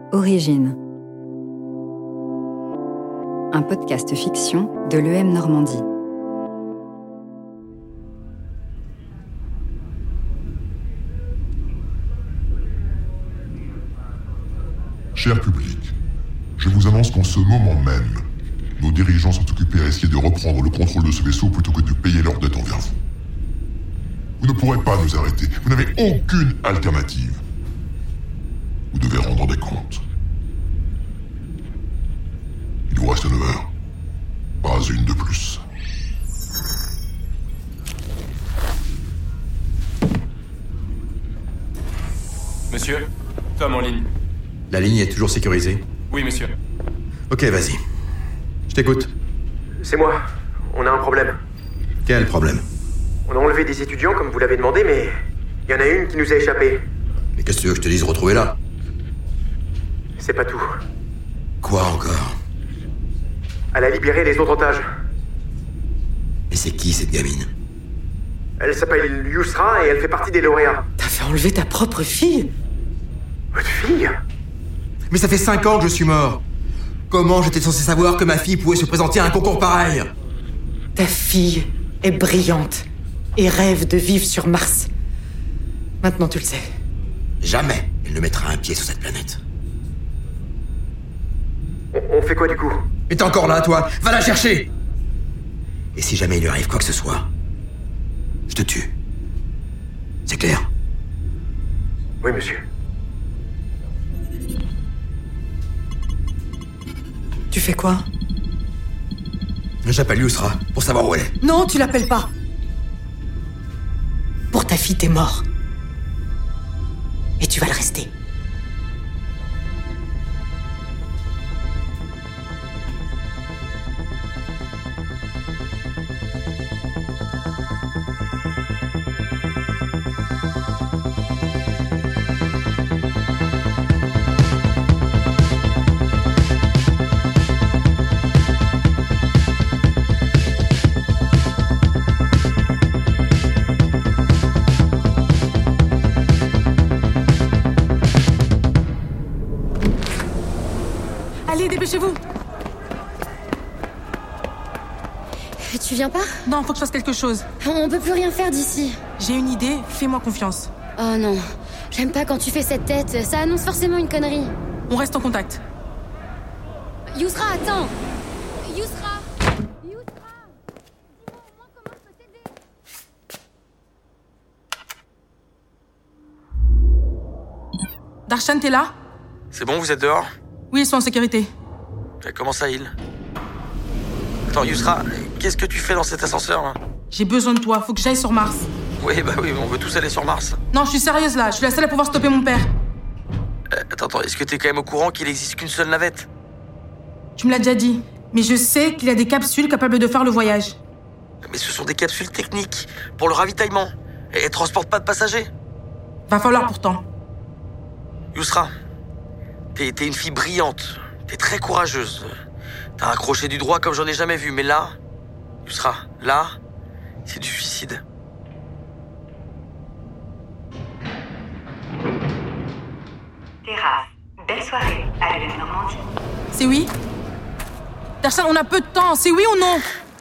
Origine. Un podcast fiction de l'EM Normandie. Cher public, je vous annonce qu'en ce moment même, nos dirigeants sont occupés à essayer de reprendre le contrôle de ce vaisseau plutôt que de payer leurs dettes envers vous. Vous ne pourrez pas nous arrêter, vous n'avez aucune alternative. Vous devez rendre des comptes. Il vous reste 9 heures. Pas une de plus. Monsieur, Tom en ligne. La ligne est toujours sécurisée? Oui, monsieur. Ok, vas-y. Je t'écoute. C'est moi. On a un problème. Quel problème? On a enlevé des étudiants comme vous l'avez demandé, mais il y en a une qui nous a échappé. Mais qu'est-ce que tu veux que je te dise retrouver là? C'est pas tout. Quoi encore? Elle a libéré les autres otages. Et c'est qui cette gamine? Elle s'appelle Yusra et elle fait partie des lauréats. T'as fait enlever ta propre fille? Votre fille? Mais ça fait 5 ans que je suis mort. Comment j'étais censé savoir que ma fille pouvait se présenter à un concours pareil? Ta fille est brillante et rêve de vivre sur Mars. Maintenant tu le sais. Jamais elle ne mettra un pied sur cette planète. On fait quoi du coup? Mais t'es encore là, toi? Va la chercher! Et si jamais il lui arrive quoi que ce soit, je te tue. C'est clair? Oui, monsieur. Tu fais quoi? J'appelle Yusra pour savoir où elle est. Non, tu l'appelles pas. Pour ta fille, t'es mort. Et tu vas le rester. Allez, dépêchez-vous. Tu viens pas? Non, faut que je fasse quelque chose. On peut plus rien faire d'ici. J'ai une idée, fais-moi confiance. Oh non, j'aime pas quand tu fais cette tête, ça annonce forcément une connerie. On reste en contact. Yusra, attends! Yusra! Yusra! Dis-moi au moins comment je peux t'aider. Darshan, t'es là? C'est bon, vous êtes dehors? Oui, ils sont en sécurité. Comment ça, il? Attends, Yusra, qu'est-ce que tu fais dans cet ascenseur, là? J'ai besoin de toi, faut que j'aille sur Mars. Oui, on veut tous aller sur Mars. Non, je suis sérieuse là, je suis la seule à pouvoir stopper mon père. Attends, est-ce que t'es quand même au courant qu'il existe qu'une seule navette? Tu me l'as déjà dit, mais je sais qu'il y a des capsules capables de faire le voyage. Mais ce sont des capsules techniques, pour le ravitaillement. Et elles transportent pas de passagers. Va falloir pourtant. Yusra, t'es une fille brillante. T'es très courageuse. T'as accroché du droit comme j'en ai jamais vu. Mais là, Yusra, là, c'est du suicide. Terrasse, belle soirée à l'EM Normandie. C'est oui? Darshan, on a peu de temps, c'est oui ou non?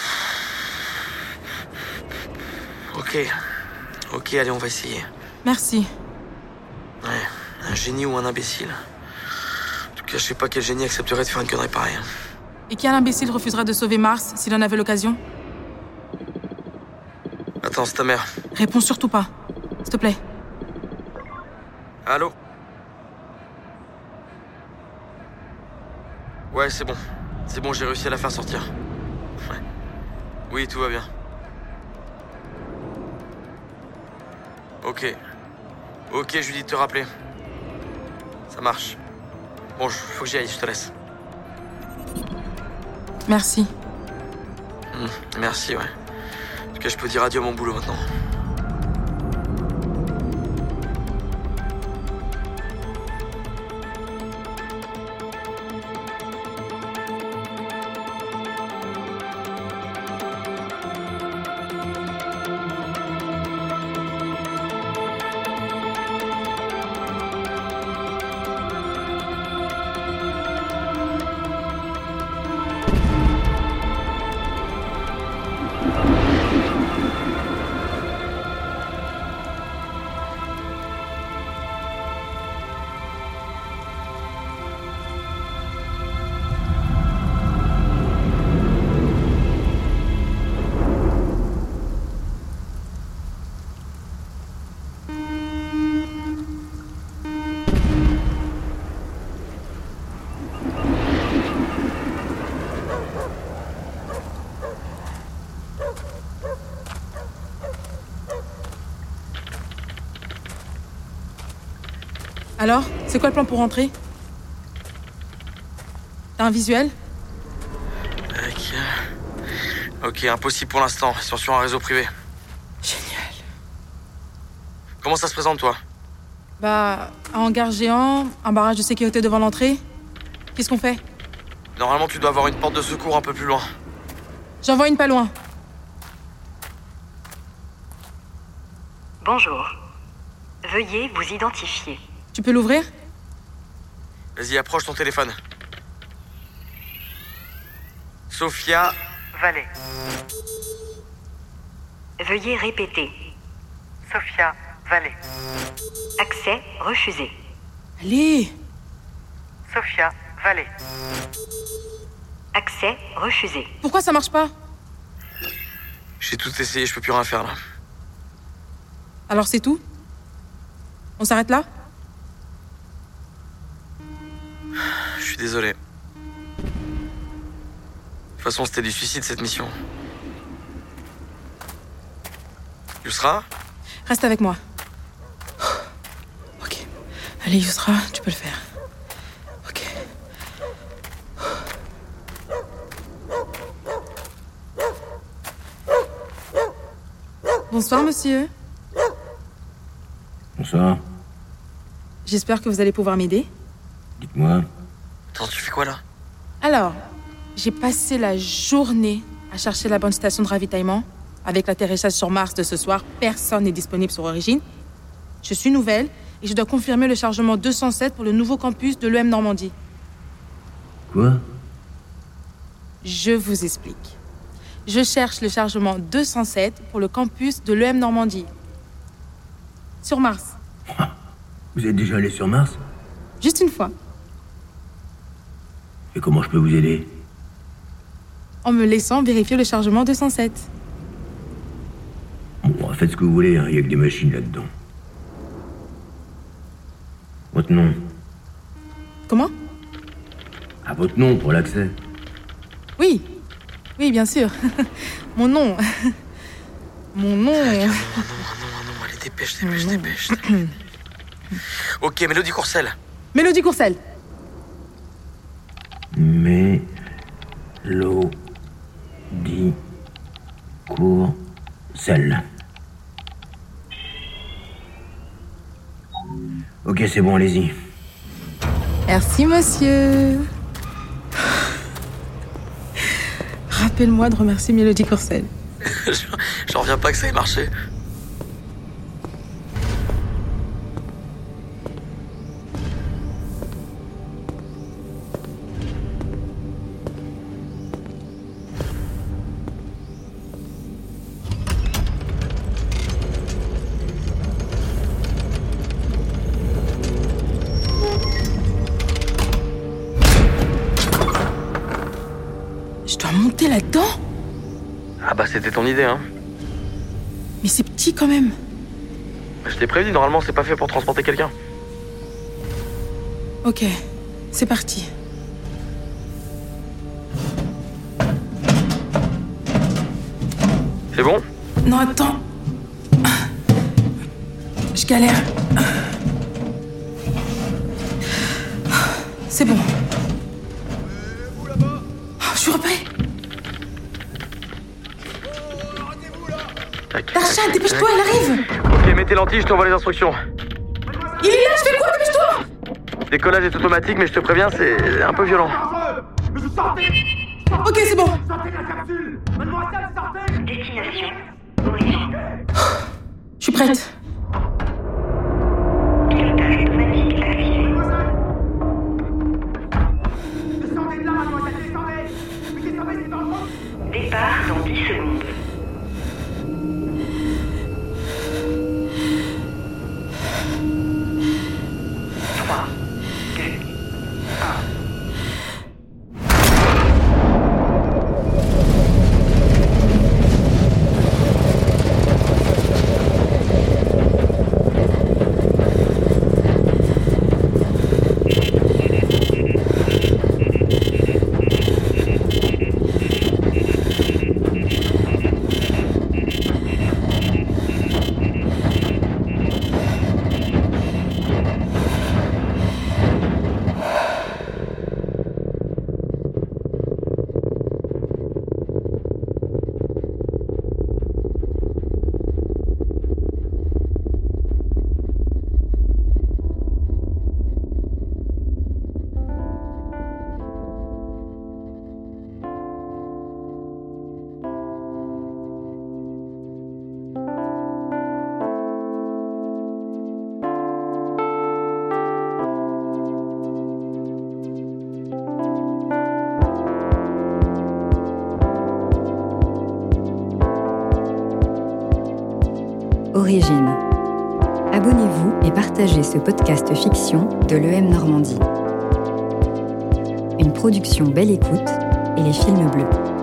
Ok, allez, on va essayer. Merci. Ouais, un génie ou un imbécile. En tout cas, je sais pas quel génie accepterait de faire une connerie pareille. Et quel imbécile refusera de sauver Mars s'il en avait l'occasion? Attends, c'est ta mère. Réponds surtout pas, s'il te plaît. Allô? Ouais, c'est bon. C'est bon, j'ai réussi à la faire sortir. Ouais. Oui, tout va bien. Ok, je lui dis de te rappeler. Ça marche. Bon, faut que j'y aille, je te laisse. Merci. Merci, ouais. En tout cas, je peux dire adieu à mon boulot maintenant. Alors, c'est quoi le plan pour rentrer? T'as un visuel? Ok, impossible pour l'instant. Ils sont sur un réseau privé. Génial. Comment ça se présente, toi? Un hangar géant, un barrage de sécurité devant l'entrée. Qu'est-ce qu'on fait? Normalement, tu dois avoir une porte de secours un peu plus loin. J'envoie une pas loin. Bonjour. Veuillez vous identifier. Tu peux l'ouvrir? Vas-y, approche ton téléphone. Sophia Valley. Veuillez répéter. Sophia Valley. Accès refusé. Allez! Sophia Valley. Accès refusé. Pourquoi ça marche pas? J'ai tout essayé, je peux plus rien faire là. Alors c'est tout? On s'arrête là? Je suis désolé. De toute façon, c'était du suicide cette mission. Yousra? Reste avec moi. Ok. Allez, Yousra, tu peux le faire. Ok. Bonsoir, monsieur. Bonsoir. J'espère que vous allez pouvoir m'aider. Dites-moi. Attends, tu fais quoi là? Alors, j'ai passé la journée à chercher la bonne station de ravitaillement. Avec l'atterrissage sur Mars de ce soir, personne n'est disponible sur Origine. Je suis nouvelle et je dois confirmer le chargement 207 pour le nouveau campus de l'EM Normandie. Quoi? Je vous explique. Je cherche le chargement 207 pour le campus de l'EM Normandie. Sur Mars. Vous êtes déjà allé sur Mars? Juste une fois. Et comment je peux vous aider? En me laissant vérifier le chargement 207. Bon, faites ce que vous voulez, il y a que des machines là-dedans. Votre nom? Comment? Ah, votre nom pour l'accès. Oui. Oui, bien sûr. Mon nom. Mon nom. Non, allez, dépêche. Ok, Mélodie Courcelles. Mélodie Courcelles. Mélodie Courcelles. Ok, c'est bon, allez-y. Merci, monsieur. Rappelle-moi de remercier Mélodie Courcelles. J'en reviens pas que ça ait marché. Je dois monter là-dedans? Ah bah c'était ton idée, hein. Mais c'est petit quand même. Je t'ai prévenu, normalement c'est pas fait pour transporter quelqu'un. Ok, c'est parti. C'est bon? Non, attends. Je galère. C'est bon. Je suis repris. Darshad, dépêche-toi, elle arrive. Ok, mets tes lentilles, je t'envoie les instructions. Il est là, je fais quoi? Dépêche-toi. Le décollage est automatique, mais je te préviens, c'est un peu violent. Ok, c'est bon. Destination Origine. Je suis prête. Pilotage automatique activé. Départ dans 10 secondes. Origine. Abonnez-vous et partagez ce podcast fiction de l'EM Normandie. Une production Belle Écoute et les Films Bleus.